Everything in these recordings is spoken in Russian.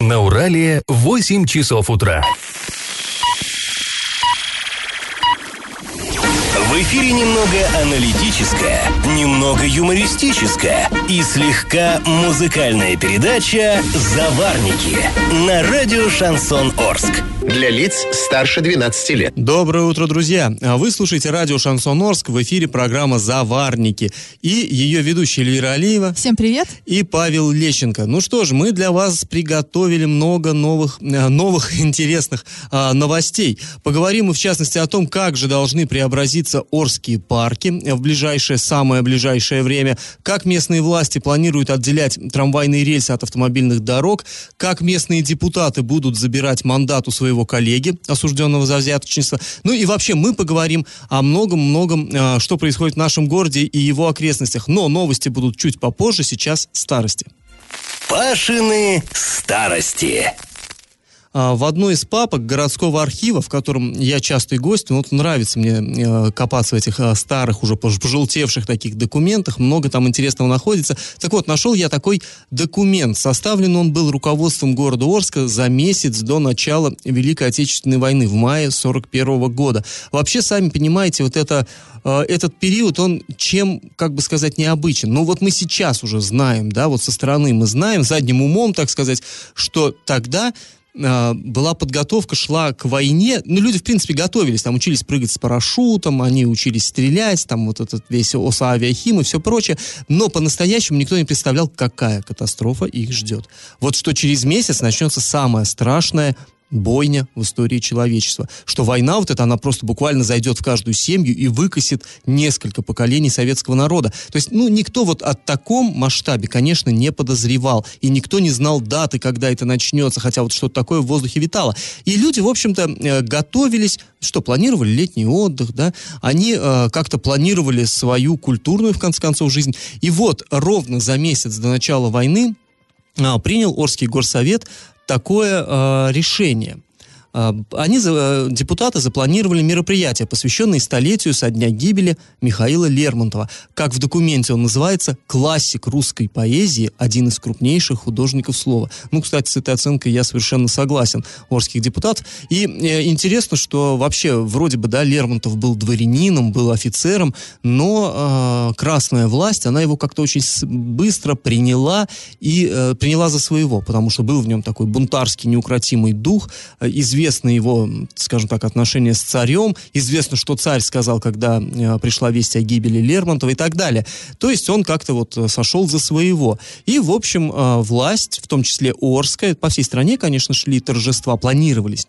На Урале 8 часов утра. В эфире немного аналитическая, немного юмористическая и слегка музыкальная передача «Заварники» на радио «Шансон Орск». Для лиц старше 12 лет. Доброе утро, друзья! Вы слушаете радио «Шансон Орск», в эфире программа «Заварники». И ее ведущая Эльвира Алиева. Всем привет! И Павел Лещенко. Ну что ж, мы для вас приготовили много новых интересных новостей. Поговорим мы, в частности, о том, как же должны преобразиться Орские парки в самое ближайшее время, как местные власти планируют отделять трамвайные рельсы от автомобильных дорог, как местные депутаты будут забирать мандат у своего коллеги, осужденного за взяточничество. Ну и вообще мы поговорим о многом, что происходит в нашем городе и его окрестностях. Но новости будут чуть попозже, сейчас старости. Пашины старости. В одной из папок городского архива, в котором я частый гость, вот нравится мне копаться в этих старых, уже пожелтевших таких документах, много там интересного находится. Так вот, нашел я такой документ. Составлен он был руководством города Орска за месяц до начала Великой Отечественной войны, в мае 1941 года. Вообще, сами понимаете, вот этот период, он чем, как бы сказать, необычен. Но вот мы сейчас уже знаем, да, вот со стороны мы знаем, задним умом, так сказать, что тогда была подготовка, шла к войне. Ну, люди, в принципе, готовились. Там учились прыгать с парашютом, они учились стрелять, там вот этот весь ОСА-авиахим и все прочее. Но по-настоящему никто не представлял, какая катастрофа их ждет. Вот что через месяц начнется самое страшное бойня в истории человечества. Что война вот эта, она просто буквально зайдет в каждую семью и выкосит несколько поколений советского народа. То есть, никто вот о таком масштабе, конечно, не подозревал. И никто не знал даты, когда это начнется, хотя вот что-то такое в воздухе витало. И люди, в общем-то, готовились, планировали летний отдых, да, они как-то планировали свою культурную, в конце концов, жизнь. И вот ровно за месяц до начала войны принял Орский горсовет такое решение. Депутаты запланировали мероприятие, посвященное столетию со дня гибели Михаила Лермонтова. Как в документе он называется, классик русской поэзии, один из крупнейших художников слова. Кстати, с этой оценкой я совершенно согласен, орских депутатов. И интересно, что вообще, вроде бы, да, Лермонтов был дворянином, был офицером, но красная власть, она его как-то очень быстро приняла и приняла за своего, потому что был в нем такой бунтарский, неукротимый дух, известно его, скажем так, отношения с царем, известно, что царь сказал, когда пришла весть о гибели Лермонтова и так далее. То есть он как-то вот сошел за своего. И, в общем, власть, в том числе Орская, по всей стране, конечно, шли торжества, планировались.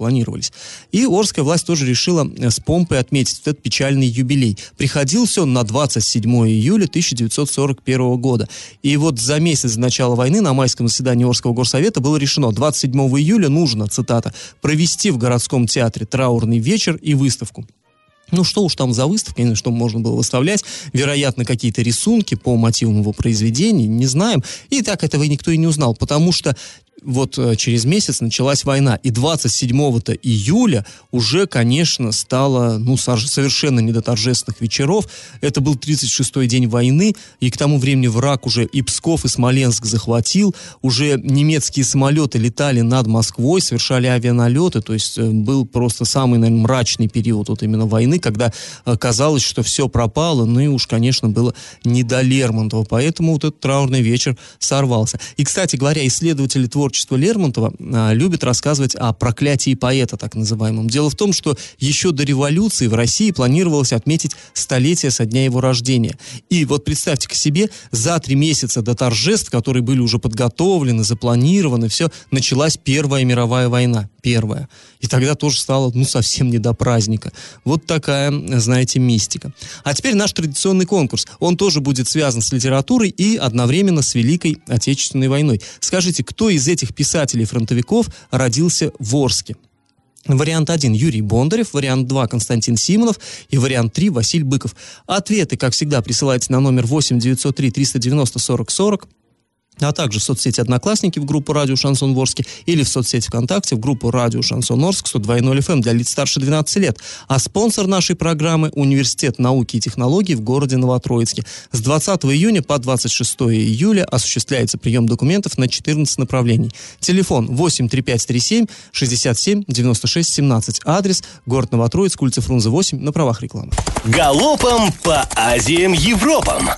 И Орская власть тоже решила с помпой отметить этот печальный юбилей. Приходился он на 27 июля 1941 года. И вот за месяц до начала войны на майском заседании Орского горсовета было решено, 27 июля нужно, цитата, провести в городском театре траурный вечер и выставку. Что уж там за выставка, что можно было выставлять. Вероятно, какие-то рисунки по мотивам его произведений, не знаем. И так этого никто и не узнал, потому что вот через месяц началась война, и 27 июля уже, конечно, стало, совершенно не до торжественных вечеров. Это был 36-й день войны, и к тому времени враг уже и Псков, и Смоленск захватил, уже немецкие самолеты летали над Москвой, совершали авианалеты, то есть был просто самый, наверное, мрачный период вот именно войны, когда казалось, что все пропало, и уж, конечно, было не до Лермонтова, поэтому вот этот траурный вечер сорвался. И, кстати говоря, исследователи творчества Лермонтова любят рассказывать о проклятии поэта, так называемом. Дело в том, что еще до революции в России планировалось отметить столетие со дня его рождения. И вот представьте-ка себе, за 3 месяца до торжеств, которые были уже подготовлены, запланированы, все, началась Первая мировая война. Первая. И тогда тоже стало, совсем не до праздника. Вот такая, знаете, мистика. А теперь наш традиционный конкурс. Он тоже будет связан с литературой и одновременно с Великой Отечественной войной. Скажите, кто из этих писателей-фронтовиков родился в Орске? Вариант 1 – Юрий Бондарев, вариант 2 – Константин Симонов и вариант 3 – Василий Быков. Ответы, как всегда, присылайте на номер 8 903 390 40 40. а также в соцсети «Одноклассники» в группу «Радио Шансон Орске» или в соцсети ВКонтакте в группу «Радио Шансон Орск» 102.0 FM для лиц старше 12 лет. А спонсор нашей программы – Университет науки и технологий в городе Новотроицке. С 20 июня по 26 июля осуществляется прием документов на 14 направлений. Телефон 83537 67 96 17. Адрес – город Новотроицк, улица Фрунзе, 8, на правах рекламы. Галопом по Азиям, Европам!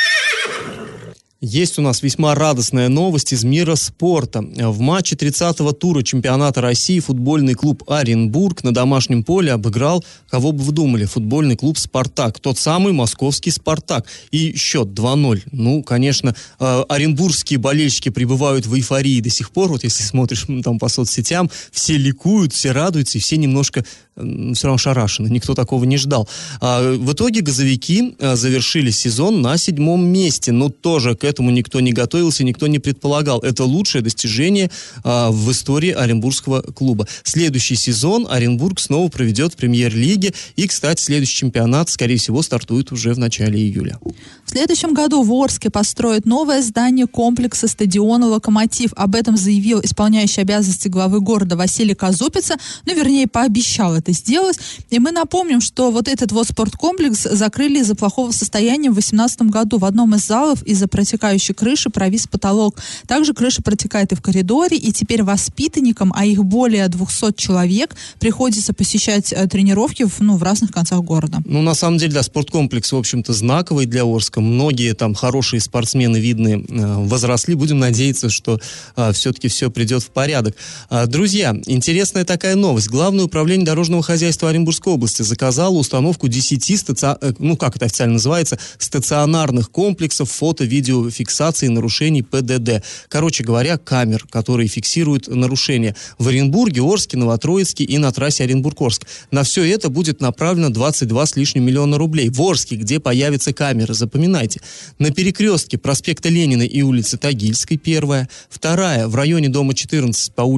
Есть у нас весьма радостная новость из мира спорта. В матче 30-го тура чемпионата России футбольный клуб «Оренбург» на домашнем поле обыграл, кого бы вы думали, футбольный клуб «Спартак». Тот самый московский «Спартак». И счет 2-0. Ну, конечно, оренбургские болельщики пребывают в эйфории до сих пор. Вот если смотришь там по соцсетям, все ликуют, все радуются, и все немножко все равно шарашены. Никто такого не ждал. В итоге газовики завершили сезон на 7-м месте. Но тоже к этому никто не готовился, никто не предполагал. Это лучшее достижение в истории оренбургского клуба. Следующий сезон Оренбург снова проведет в премьер-лиге. И, кстати, следующий чемпионат, скорее всего, стартует уже в начале июля. В следующем году в Орске построят новое здание комплекса стадиона «Локомотив». Об этом заявил исполняющий обязанности главы города Василий Казупица. Ну, вернее, пообещал это сделать. И мы напомним, что вот этот вот спорткомплекс закрыли из-за плохого состояния в 2018 году. В одном из залов из-за протекающей крыши провис потолок. Также крыша протекает и в коридоре, и теперь воспитанникам, а их более 200 человек, приходится посещать тренировки в разных концах города. Ну, на самом деле, да, спорткомплекс, в общем-то, знаковый для Орска. Многие там хорошие спортсмены, видные, возросли. Будем надеяться, что все-таки все придет в порядок. Друзья, интересная такая новость. Главное управление дорожного хозяйства Оренбургской области заказало установку 10 как это официально называется, стационарных комплексов фото-видеофиксации нарушений ПДД. Короче говоря, камер, которые фиксируют нарушения в Оренбурге, Орске, Новотроицке и на трассе Оренбург-Орск. На все это будет направлено 22 с лишним миллиона рублей. В Орске, где появятся камеры, запоминайте. На перекрестке проспекта Ленина и улицы Тагильской, первая. Вторая, в районе дома 14 по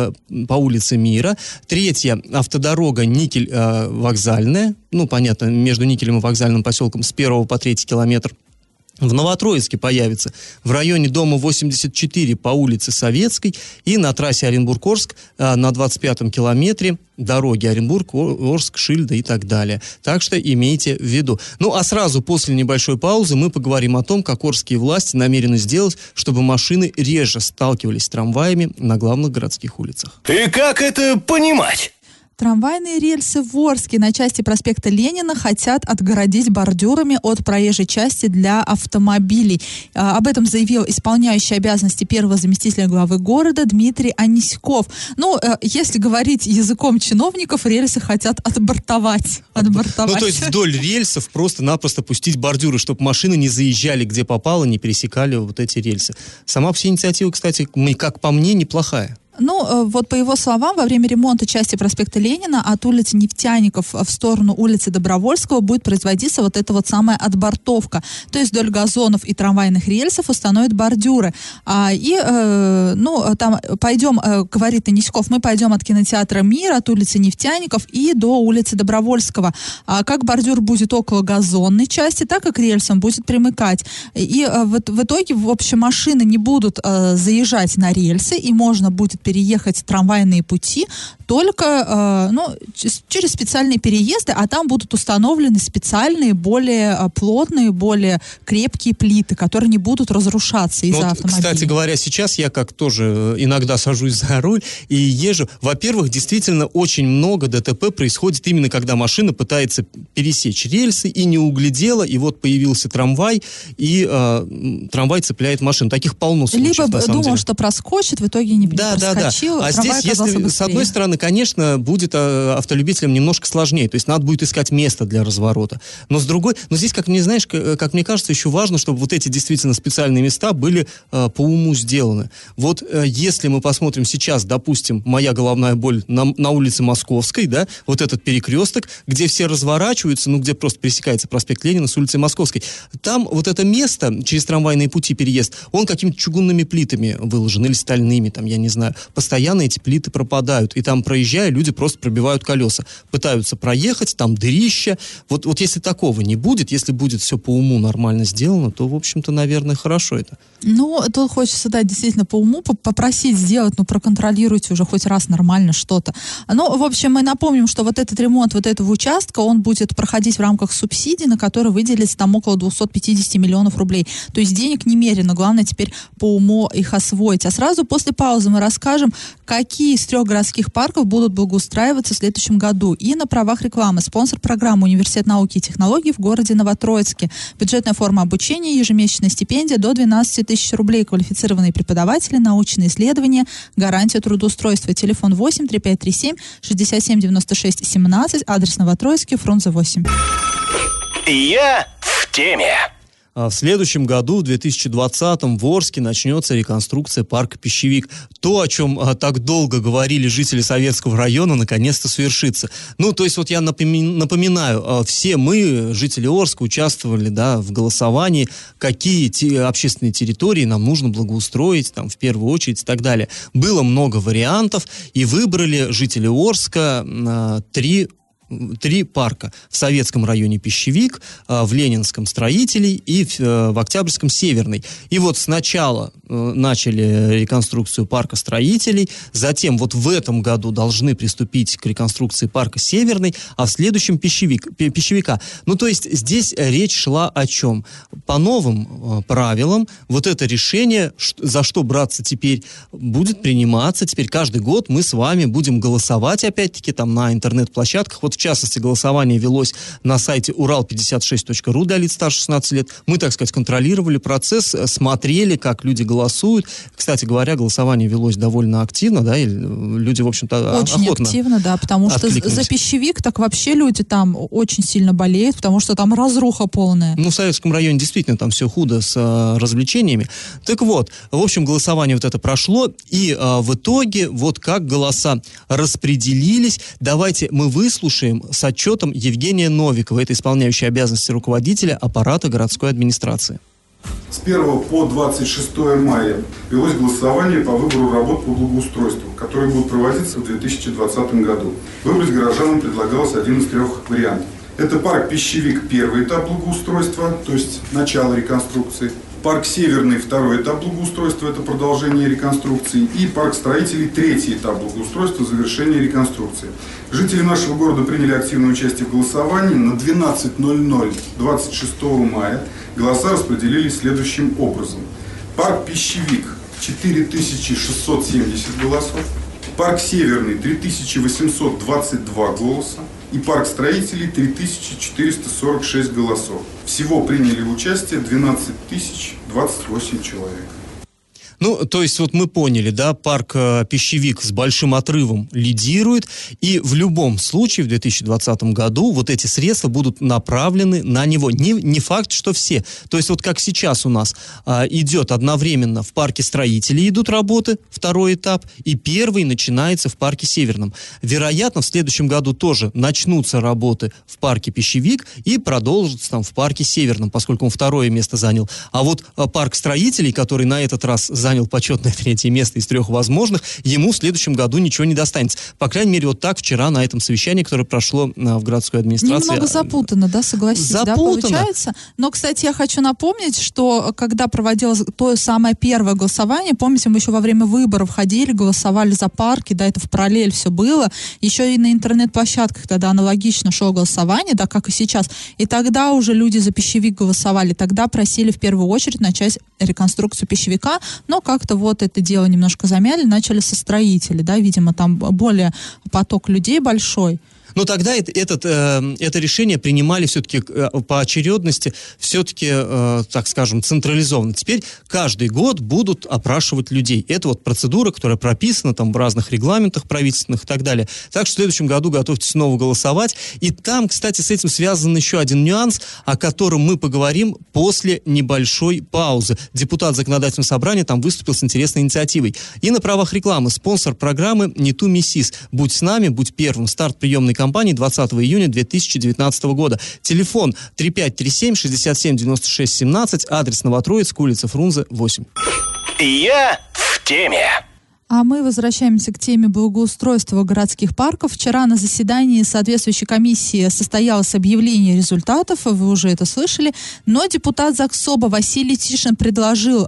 улице Мира. Третья, автодорога Никель-Вокзальная. Ну, понятно, между Никелем и Вокзальным поселком с 1 по 3 километр. В Новотроицке появится в районе дома 84 по улице Советской и на трассе Оренбург-Орск на 25-м километре дороги Оренбург, Орск, Шильда и так далее. Так что имейте в виду. Ну, а сразу после небольшой паузы мы поговорим о том, как орские власти намерены сделать, чтобы машины реже сталкивались с трамваями на главных городских улицах. И как это понимать? Трамвайные рельсы в Орске на части проспекта Ленина хотят отгородить бордюрами от проезжей части для автомобилей. Об этом заявил исполняющий обязанности первого заместителя главы города Дмитрий Аниськов. Ну, если говорить языком чиновников, рельсы хотят отбортовать. Ну, то есть вдоль рельсов просто-напросто пустить бордюры, чтобы машины не заезжали где попало, не пересекали вот эти рельсы. Сама вся инициатива, кстати, как по мне, неплохая. Ну, вот по его словам, во время ремонта части проспекта Ленина от улицы Нефтяников в сторону улицы Добровольского будет производиться вот эта вот самая отбортовка. То есть вдоль газонов и трамвайных рельсов установят бордюры. Там пойдем, говорит Аниськов, мы пойдем от кинотеатра «Мир», от улицы Нефтяников и до улицы Добровольского. Как бордюр будет около газонной части, так и к рельсам будет примыкать. И в итоге, в общем, машины не будут заезжать на рельсы, и можно будет переехать трамвайные пути только через специальные переезды, а там будут установлены специальные, более плотные, более крепкие плиты, которые не будут разрушаться из-за автомобиля. Кстати говоря, сейчас я как тоже иногда сажусь за руль и езжу. Во-первых, действительно очень много ДТП происходит именно когда машина пытается пересечь рельсы и не углядела, и вот появился трамвай, и трамвай цепляет машину. Таких полно случаев, либо на самом деле. что проскочит, в итоге не проскочил. А здесь, если с одной стороны, конечно, будет автолюбителям немножко сложнее, то есть надо будет искать место для разворота. Но с другой, здесь, как мне кажется, еще важно, чтобы вот эти действительно специальные места были по уму сделаны. Вот если мы посмотрим сейчас, допустим, моя головная боль на улице Московской, да, вот этот перекресток, где все разворачиваются, где просто пересекается проспект Ленина с улицей Московской, там вот это место, через трамвайные пути переезд, он какими-то чугунными плитами выложен или стальными, там, я не знаю. постоянно эти плиты пропадают, и там, проезжая, люди просто пробивают колеса, пытаются проехать, там дырища. Вот если такого не будет, если будет все по уму нормально сделано, то, в общем-то, наверное, хорошо это. Ну, тут хочется, да, действительно по уму попросить сделать, проконтролируйте уже хоть раз нормально что-то. Ну, в общем, мы напомним, что вот этот ремонт вот этого участка, он будет проходить в рамках субсидий, на которые выделится там около 250 миллионов рублей. То есть денег немерено, главное теперь по уму их освоить. А сразу после паузы мы расскажем, какие из 3 городских парков будут благоустраиваться в следующем году. И на правах рекламы спонсор программы «Университет науки и технологий» в городе Новотроицке. Бюджетная форма обучения, ежемесячная стипендия до 12 тысяч рублей, квалифицированные преподаватели, научные исследования, гарантия трудоустройства. Телефон 8 3537 67 96 17, адрес Новотроицкий, Фрунзе 8. Я в теме. В следующем году, в 2020-м, в Орске начнется реконструкция парка «Пищевик». То, о чем так долго говорили жители Советского района, наконец-то свершится. Ну, то есть, вот я напоминаю, все мы, жители Орска, участвовали, да, в голосовании, какие общественные территории нам нужно благоустроить, там, в первую очередь, и так далее. Было много вариантов, и выбрали жители Орска 3 парка. В Советском районе «Пищевик», в Ленинском «Строителей» и в Октябрьском «Северный». И вот сначала начали реконструкцию парка «Строителей», затем вот в этом году должны приступить к реконструкции парка «Северный», а в следующем «Пищевика». Ну, то есть здесь речь шла о чем? По новым правилам вот это решение, за что браться теперь, будет приниматься. Теперь каждый год мы с вами будем голосовать, опять-таки, там на интернет-площадках. Вот в частности, голосование велось на сайте урал56.ру для лиц старше 16 лет. Мы, так сказать, контролировали процесс, смотрели, как люди голосуют. Кстати говоря, голосование велось довольно активно, да, и люди, в общем-то, очень охотно активно, да, потому что за «Пищевик» так вообще люди там очень сильно болеют, потому что там разруха полная. Ну, в Советском районе действительно там все худо с развлечениями. Так вот, в общем, голосование вот это прошло, и в итоге вот как голоса распределились. Давайте мы выслушаем с отчетом Евгения Новикова, это исполняющая обязанности руководителя аппарата городской администрации. С 1 по 26 мая велось голосование по выбору работ по благоустройству, которые будут проводиться в 2020 году. Выбрать горожанам предлагалось один из 3 вариантов. Это парк «Пищевик» первый этап благоустройства, то есть начало реконструкции. Парк «Северный» второй этап благоустройства, это продолжение реконструкции. И парк «Строителей» третий этап благоустройства, завершение реконструкции. Жители нашего города приняли активное участие в голосовании. На 12:00 26 мая голоса распределились следующим образом. Парк «Пищевик» 4670 голосов. Парк «Северный» 3822 голоса. И парк «Строителей» 3446 голосов. Всего приняли участие 12 028 человек. Ну, то есть вот мы поняли, да, парк «Пищевик» с большим отрывом лидирует, и в любом случае в 2020 году вот эти средства будут направлены на него. Не факт, что все. То есть вот как сейчас у нас идет одновременно в парке «Строителей» идут работы, второй этап, и первый начинается в парке «Северном». Вероятно, в следующем году тоже начнутся работы в парке «Пищевик» и продолжатся там в парке «Северном», поскольку он второе место занял. А вот парк «Строителей», который на этот раз занял почетное 3-е место из 3 возможных, ему в следующем году ничего не достанется. По крайней мере, вот так вчера на этом совещании, которое прошло в городской администрации. Немного запутано, да, согласитесь, запутано. Да, получается. Но, кстати, я хочу напомнить, что когда проводилось то самое первое голосование, помните, мы еще во время выборов ходили, голосовали за парки, да, это в параллель все было. Еще и на интернет-площадках тогда аналогично шло голосование, да, как и сейчас. И тогда уже люди за «Пищевик» голосовали. Тогда просили в первую очередь начать реконструкцию «Пищевика», но как-то вот это дело немножко замяли, начали со «Строителей», да, видимо, там более поток людей большой. Но тогда это решение принимали все-таки по очередности, все-таки, так скажем, централизованно. Теперь каждый год будут опрашивать людей. Это вот процедура, которая прописана там в разных регламентах правительственных и так далее. Так что в следующем году готовьтесь снова голосовать. И там, кстати, с этим связан еще один нюанс, о котором мы поговорим после небольшой паузы. Депутат Законодательного собрания там выступил с интересной инициативой. И на правах рекламы спонсор программы «Нету Миссис». Будь с нами, будь первым. Старт приемной кампании 20 июня 2019 года. Телефон 3537 67 96 17, адрес Новотроицк, улица Фрунзе, 8. Я в теме. А мы возвращаемся к теме благоустройства городских парков. Вчера на заседании соответствующей комиссии состоялось объявление результатов, вы уже это слышали, но депутат Заксоба Василий Тишин предложил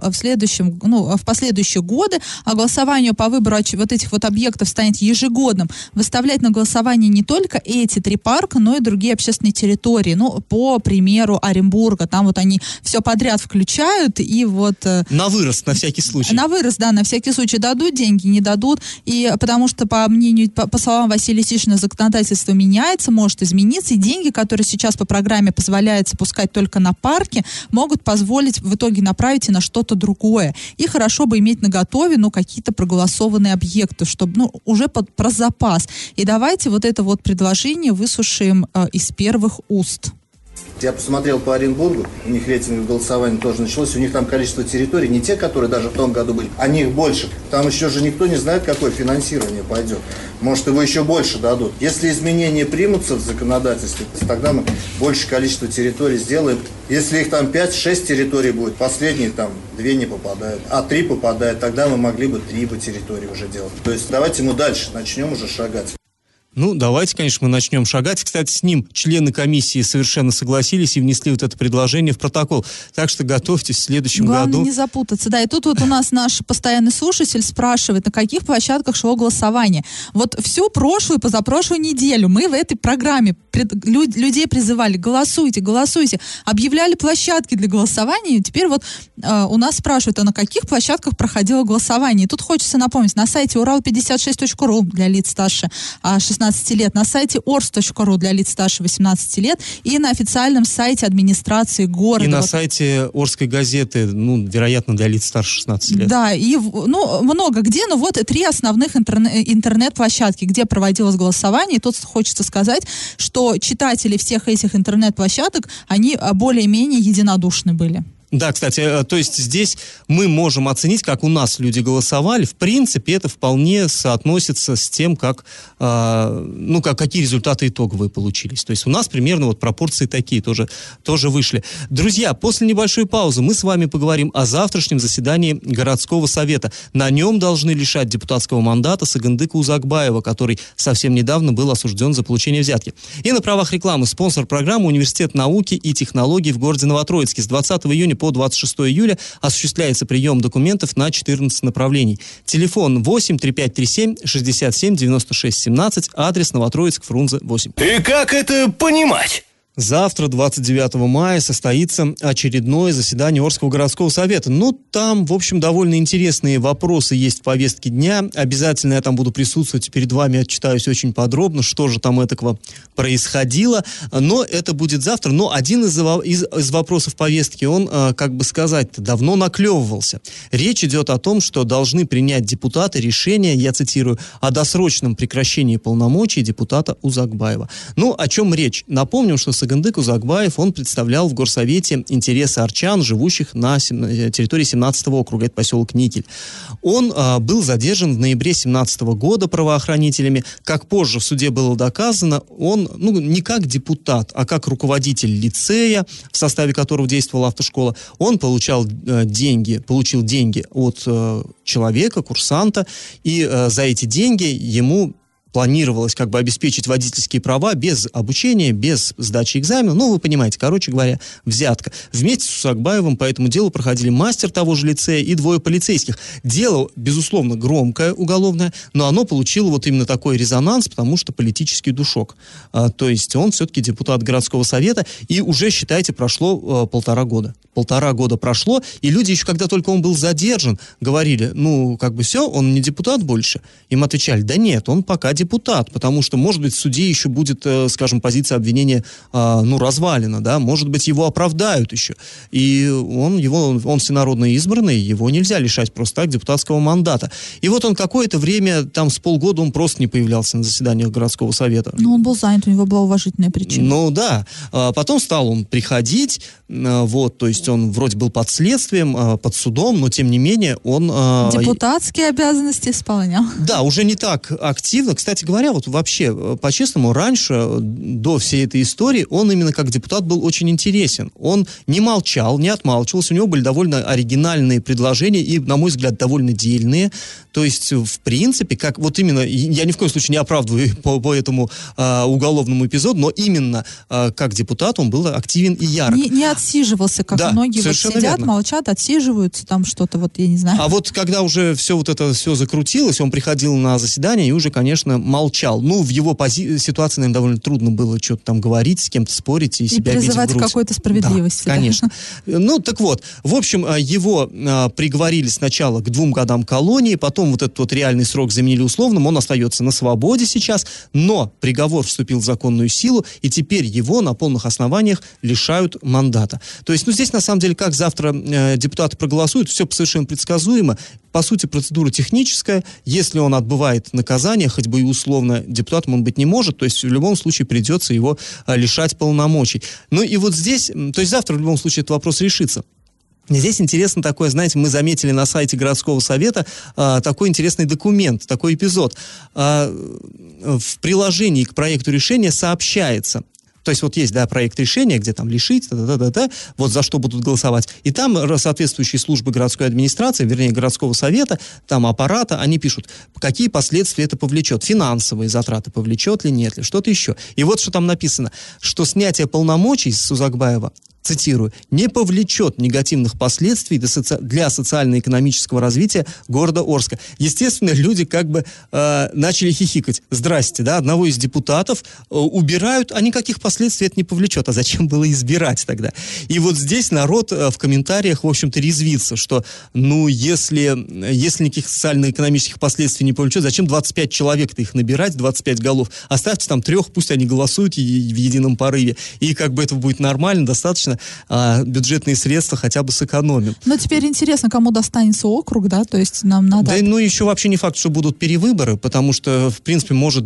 в последующие годы, а голосование по выбору вот этих вот объектов станет ежегодным, выставлять на голосование не только эти 3 парка, но и другие общественные территории. Ну, по примеру Оренбурга, там вот они все подряд включают и вот... На вырост, на всякий случай. На вырост, да, на всякий случай дадут деньги, не дадут, и потому что, по словам Василия Тишина, законодательство меняется, может измениться, и деньги, которые сейчас по программе позволяется пускать только на парки, могут позволить в итоге направить и на что-то другое. И хорошо бы иметь наготове, какие-то проголосованные объекты, чтобы, уже про запас. И давайте вот это вот предложение выслушаем из первых уст. Я посмотрел по Оренбургу, у них рейтинговое голосование тоже началось, у них там количество территорий, не те, которые даже в том году были, а них больше. Там еще же никто не знает, какое финансирование пойдет. Может, его еще больше дадут. Если изменения примутся в законодательстве, тогда мы большее количество территорий сделаем. Если их там 5-6 территорий будет, последние там 2 не попадают, а 3 попадают, тогда мы могли бы 3 по территории уже делать. То есть давайте мы дальше начнем уже шагать. Давайте, конечно, мы начнем шагать. Кстати, с ним члены комиссии совершенно согласились и внесли вот это предложение в протокол. Так что готовьтесь в следующем году. Главное не запутаться. Да, и тут вот у нас наш постоянный слушатель спрашивает, на каких площадках шло голосование. Вот всю прошлую, позапрошлую неделю мы в этой программе людей призывали: голосуйте, голосуйте. Объявляли площадки для голосования. И теперь вот у нас спрашивают, а на каких площадках проходило голосование. И тут хочется напомнить, на сайте урал56.ру для лиц старше 16 лет, на сайте orsk.ru для лиц старше 18 лет и на официальном сайте администрации города. И на сайте Орской газеты, вероятно, для лиц старше 16 лет. Да, и много где, но вот 3 основных интернет-площадки, где проводилось голосование. И тут хочется сказать, что читатели всех этих интернет-площадок, они более-менее единодушны были. Да, кстати, то есть здесь мы можем оценить, как у нас люди голосовали. В принципе, это вполне соотносится с тем, какие результаты итоговые получились. То есть у нас примерно пропорции такие тоже вышли. Друзья, после небольшой паузы мы с вами поговорим о завтрашнем заседании городского совета. На нем должны лишать депутатского мандата Сагындыка Узакбаева, который совсем недавно был осужден за получение взятки. И на правах рекламы спонсор программы Университет науки и технологий в городе Новотроицке. С 20 июня по 26 июля осуществляется прием документов на 14 направлений. Телефон 8-3537-67-96-17, адрес Новотроицк, Фрунзе, 8. И как это понимать? Завтра, 29 мая, состоится очередное заседание Орского городского совета. Там, в общем, довольно интересные вопросы есть в повестке дня. Обязательно я там буду присутствовать и перед вами отчитаюсь очень подробно, что же там этакого происходило. Но это будет завтра. Но один из вопросов повестки, он, давно наклевывался. Речь идет о том, что должны принять депутаты решение, я цитирую, о досрочном прекращении полномочий депутата Узакбаева. О чем речь? Напомним, что Сагындык Узакбаев, он представлял в горсовете интересы арчан, живущих на территории 17-го округа, это поселок Никель. Он был задержан в ноябре 17 года правоохранителями. Как позже в суде было доказано, он не как депутат, а как руководитель лицея, в составе которого действовала автошкола, он получил деньги от человека, курсанта, и за эти деньги ему планировалось обеспечить водительские права без обучения, без сдачи экзамена. Вы понимаете, короче говоря, взятка. Вместе с Узакбаевым по этому делу проходили мастер того же лицея и 2 полицейских. Дело, безусловно, громкое, уголовное, но оно получило именно такой резонанс, потому что политический душок. То есть он все-таки депутат городского совета, и уже, считайте, прошло 1,5 года. 1,5 года прошло, и люди еще, когда только он был задержан, говорили, все, он не депутат больше. Им отвечали, да нет, он пока депутат, потому что, может быть, в суде еще будет, позиция обвинения, развалена, да, может быть, его оправдают еще. И он всенародно избранный, его нельзя лишать просто так депутатского мандата. И он какое-то время, с полгода он просто не появлялся на заседаниях городского совета. Он был занят, у него была уважительная причина. Да. Потом стал он приходить, то есть он вроде был под следствием, под судом, но тем не менее он... Депутатские обязанности исполнял. Да, уже не так активно. Кстати, кстати говоря, вот вообще, по-честному, раньше, до всей этой истории, он именно как депутат был очень интересен. Он не молчал, не отмалчивался, у него были довольно оригинальные предложения и, на мой взгляд, довольно дельные. То есть, в принципе, как вот именно, я ни в коем случае не оправдываю по этому уголовному эпизоду, но именно как депутат он был активен и ярок. Не отсиживался, как да, многие вот сидят, верно. Молчат, отсиживаются, там что-то, вот я не знаю. А вот когда уже все закрутилось, он приходил на заседание и уже, конечно, молчал. Ну, в его ситуации, наверное, довольно трудно было что-то там говорить, с кем-то спорить и себя бить в грудь. И призывать к какой-то справедливости. Да, конечно. Ну, так вот, в общем, его приговорили сначала к 2 годам колонии, потом вот этот вот реальный срок заменили условным, он остается на свободе сейчас, но приговор вступил в законную силу, и теперь его на полных основаниях лишают мандата. То есть, ну, здесь, на самом деле, как завтра депутаты проголосуют, все совершенно предсказуемо. По сути, процедура техническая. Если он отбывает наказание, хоть бы и условно, депутатом он быть не может, то есть в любом случае придется его лишать полномочий. Ну и вот здесь, то есть завтра в любом случае этот вопрос решится. Здесь интересно такое, знаете, мы заметили на сайте городского совета такой интересный документ, такой эпизод. В приложении к проекту решения сообщается, то есть вот есть, да, проект решения, где там лишить, вот за что будут голосовать. И там соответствующие службы городской администрации, вернее, городского совета, там аппарата, они пишут, какие последствия это повлечет, финансовые затраты повлечет ли, нет ли, что-то еще. И вот что там написано, что снятие полномочий с Узакбаева, цитирую, не повлечет негативных последствий для социально-экономического развития города Орска. Естественно, люди как бы начали хихикать. Здрасте, да, одного из депутатов убирают, а никаких последствий это не повлечет. А зачем было избирать тогда? И вот здесь народ в комментариях, в общем-то, резвится, что, ну, если никаких социально-экономических последствий не повлечет, зачем 25 человек-то их набирать, 25 голов? Оставьте там 3, пусть они голосуют в едином порыве. И как бы этого будет нормально, достаточно бюджетные средства хотя бы сэкономим. Но теперь интересно, кому достанется округ, да, то есть нам надо... Да, ну еще вообще не факт, что будут перевыборы, потому что, в принципе, может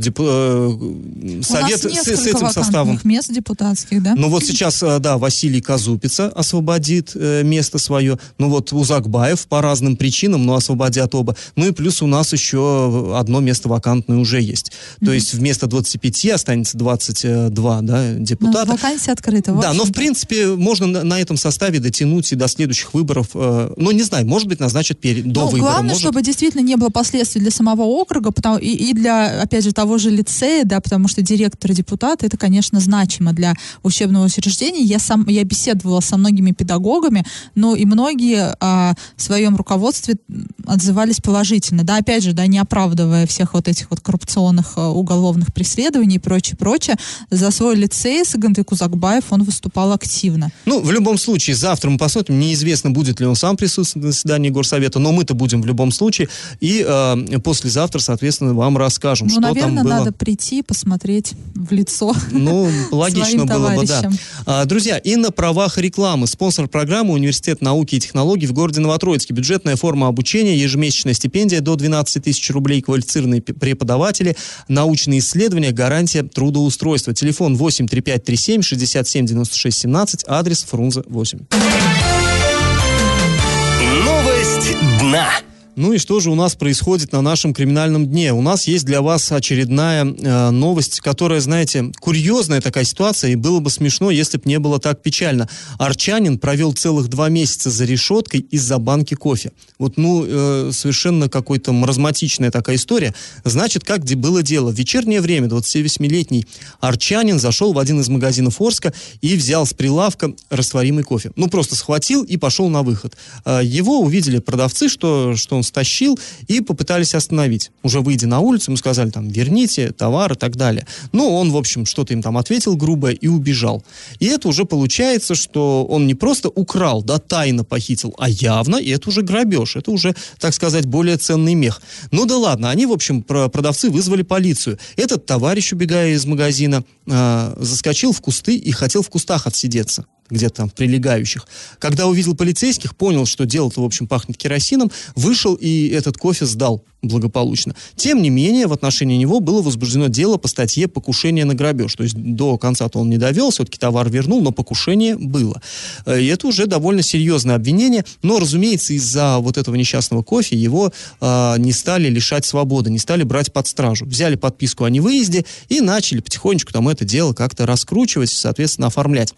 совет с этим составом... мест депутатских, да? Ну вот сейчас, да, Василий Казупица освободит место свое, ну вот Узакбаев по разным причинам, но освободят оба. Ну и плюс у нас еще одно место вакантное уже есть. То есть вместо 25 останется 22, да, депутата. Ну, вакансия открыта. Да, но в принципе можно на этом составе дотянуть и до следующих выборов. Ну, не знаю, может быть, назначат до выборов. Главное, чтобы действительно не было последствий для самого округа, и для, опять же, того же лицея, да, потому что директор, депутат, это, конечно, значимо для учебного учреждения. Я беседовала со многими педагогами, но и многие в своем руководстве отзывались положительно. Да, опять же, да, не оправдывая всех вот этих вот коррупционных уголовных преследований и прочее. За свой лицей Сагынтык Узакбаев он выступал активно. Ну, в любом случае, завтра мы посмотрим. Неизвестно, будет ли он сам присутствовать на заседании горсовета, но мы-то будем в любом случае. И послезавтра, соответственно, вам расскажем, что наверное, там было. Надо прийти, посмотреть в лицо. Ну, логично было бы, да. товарищам. Друзья, и на правах рекламы. Спонсор программы Университет науки и технологий в городе Новотроицке. Бюджетная форма обучения, ежемесячная стипендия до 12 тысяч рублей, квалифицированные преподаватели, научные исследования, гарантия трудоустройства. Телефон 83537 67 96 17, адрес Фрунзе 8. Новость дна. Ну и что же у нас происходит на нашем криминальном дне? У нас есть для вас очередная новость, которая, знаете, курьезная такая ситуация, и было бы смешно, если бы не было так печально. Арчанин провел целых 2 месяца за решеткой из-за банки кофе. Вот, совершенно какой-то маразматичная такая история. Значит, как было дело? В вечернее время 28-летний арчанин зашел в один из магазинов Орска и взял с прилавка растворимый кофе. Ну, просто схватил и пошел на выход. Его увидели продавцы, что он стащил, и попытались остановить. Уже выйдя на улицу, ему сказали, там, верните товар и так далее. Ну, он, в общем, что-то им там ответил грубое и убежал. И это уже получается, что он не просто украл, да, тайно похитил, а явно, и это уже грабеж, это уже, так сказать, более ценный мех. Ну да ладно, они, в общем, продавцы вызвали полицию. Этот товарищ, убегая из магазина, заскочил в кусты и хотел в кустах отсидеться. где-то там прилегающих. Когда увидел полицейских, понял, что дело-то, в общем, пахнет керосином, вышел и этот кофе сдал благополучно. Тем не менее, в отношении него было возбуждено дело по статье «Покушение на грабеж». То есть до конца-то он не довел, все-таки товар вернул, но покушение было. И это уже довольно серьезное обвинение, но, разумеется, из-за вот этого несчастного кофе его не стали лишать свободы, не стали брать под стражу. Взяли подписку о невыезде и начали потихонечку там это дело как-то раскручивать, соответственно, оформлять.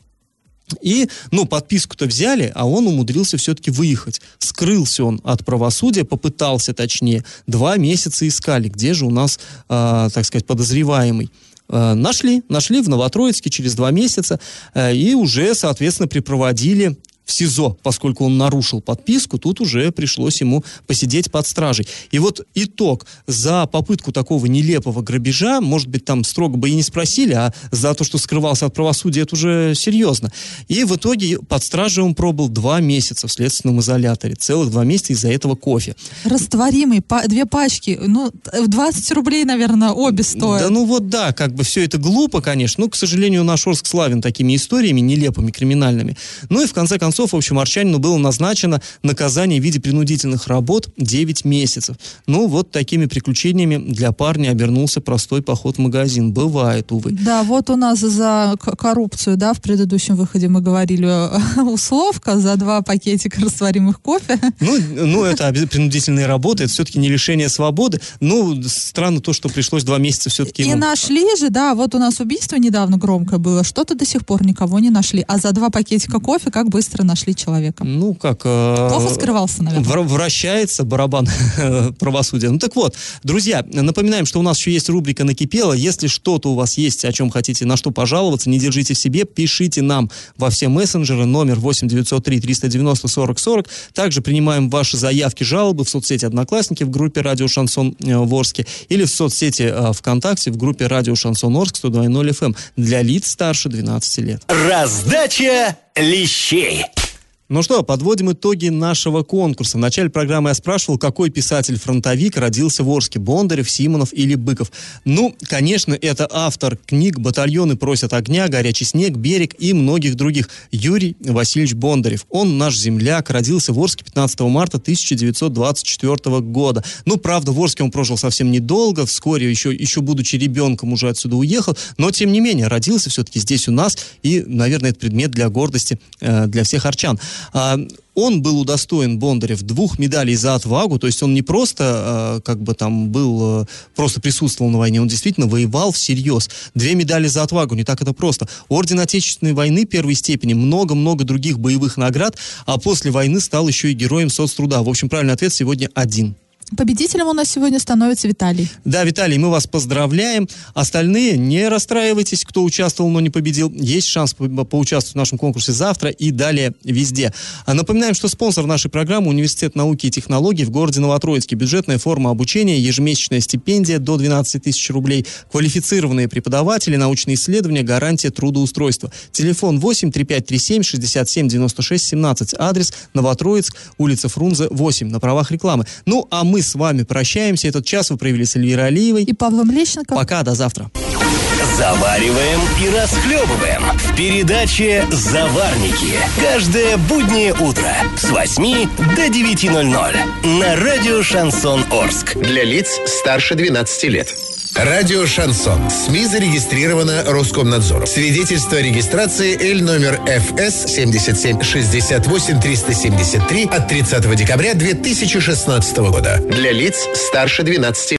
И, подписку-то взяли, а он умудрился все-таки выехать. Скрылся он от правосудия, попытался, точнее. 2 месяца искали, где же у нас, так сказать, подозреваемый. Нашли в Новотроицке через 2 месяца и уже, соответственно, припроводили в СИЗО, поскольку он нарушил подписку, тут уже пришлось ему посидеть под стражей. И вот итог. За попытку такого нелепого грабежа, может быть, там строго бы и не спросили, а за то, что скрывался от правосудия, это уже серьезно. И в итоге под стражей он пробыл 2 месяца в следственном изоляторе. Целых 2 месяца из-за этого кофе. Растворимый, 2 пачки, 20 рублей, наверное, обе стоят. Да, как бы все это глупо, конечно. К сожалению, наш Орск славен такими историями, нелепыми, криминальными. И в конце концов, в общем, арчанину было назначено наказание в виде принудительных работ 9 месяцев. Такими приключениями для парня обернулся простой поход в магазин. Бывает, увы. Да, вот у нас за коррупцию, в предыдущем выходе мы говорили, условка за 2 пакетика растворимых кофе. Это принудительные работы, это все-таки не лишение свободы. Странно то, что пришлось 2 месяца все-таки... И нашли же, вот у нас убийство недавно громкое было, что-то до сих пор никого не нашли. А за 2 пакетика кофе как быстро нашли человека. Плохо скрывался, наверное. Вращается барабан правосудия. Так вот, друзья, напоминаем, что у нас еще есть рубрика «Накипело». Если что-то у вас есть, о чем хотите, на что пожаловаться, не держите в себе, пишите нам во все мессенджеры, номер 8-903-390-40-40. Также принимаем ваши заявки, жалобы в соцсети «Одноклассники» в группе «Радио Шансон в Орске» или в соцсети ВКонтакте в группе «Радио Шансон Орск» 102.0 FM для лиц старше 12 лет. Раздача лещей. Подводим итоги нашего конкурса. В начале программы я спрашивал, какой писатель-фронтовик родился в Орске: Бондарев, Симонов или Быков. Конечно, это автор книг «Батальоны просят огня», «Горячий снег», «Берег» и многих других. Юрий Васильевич Бондарев. Он наш земляк, родился в Орске 15 марта 1924 года. Правда, в Орске он прожил совсем недолго, вскоре, еще будучи ребенком, уже отсюда уехал, но, тем не менее, родился все-таки здесь у нас, и, наверное, это предмет для гордости для всех арчан. Он был удостоен, Бондарев, 2 медалей за отвагу, то есть он не просто просто присутствовал на войне, он действительно воевал всерьез. 2 медали за отвагу, не так это просто. Орден Отечественной войны 1 степени, много-много других боевых наград, а после войны стал еще и героем соцтруда. В общем, правильный ответ сегодня 1. Победителем у нас сегодня становится Виталий. Да, Виталий, мы вас поздравляем. Остальные, не расстраивайтесь, кто участвовал, но не победил. Есть шанс поучаствовать в нашем конкурсе завтра и далее везде. Напоминаем, что спонсор нашей программы — Университет науки и технологий в городе Новотроицке. Бюджетная форма обучения, ежемесячная стипендия до 12 тысяч рублей, квалифицированные преподаватели, научные исследования, гарантия трудоустройства. Телефон 8-3537-67-96-17. Адрес: Новотроицк, улица Фрунзе, 8. На правах рекламы. А мы с вами прощаемся. Этот час вы провели с Эльвирой Алиевой и Павлом Лещенко. Пока, до завтра. Завариваем и расхлебываем в передаче «Заварники». Каждое буднее утро с 8 до 9:00 на радио «Шансон Орск». Для лиц старше 12 лет. Радио «Шансон». СМИ зарегистрировано Роскомнадзором. Свидетельство о регистрации Л номер ФС 77-68-373 от 30 декабря 2016 года. Для лиц старше 12 лет.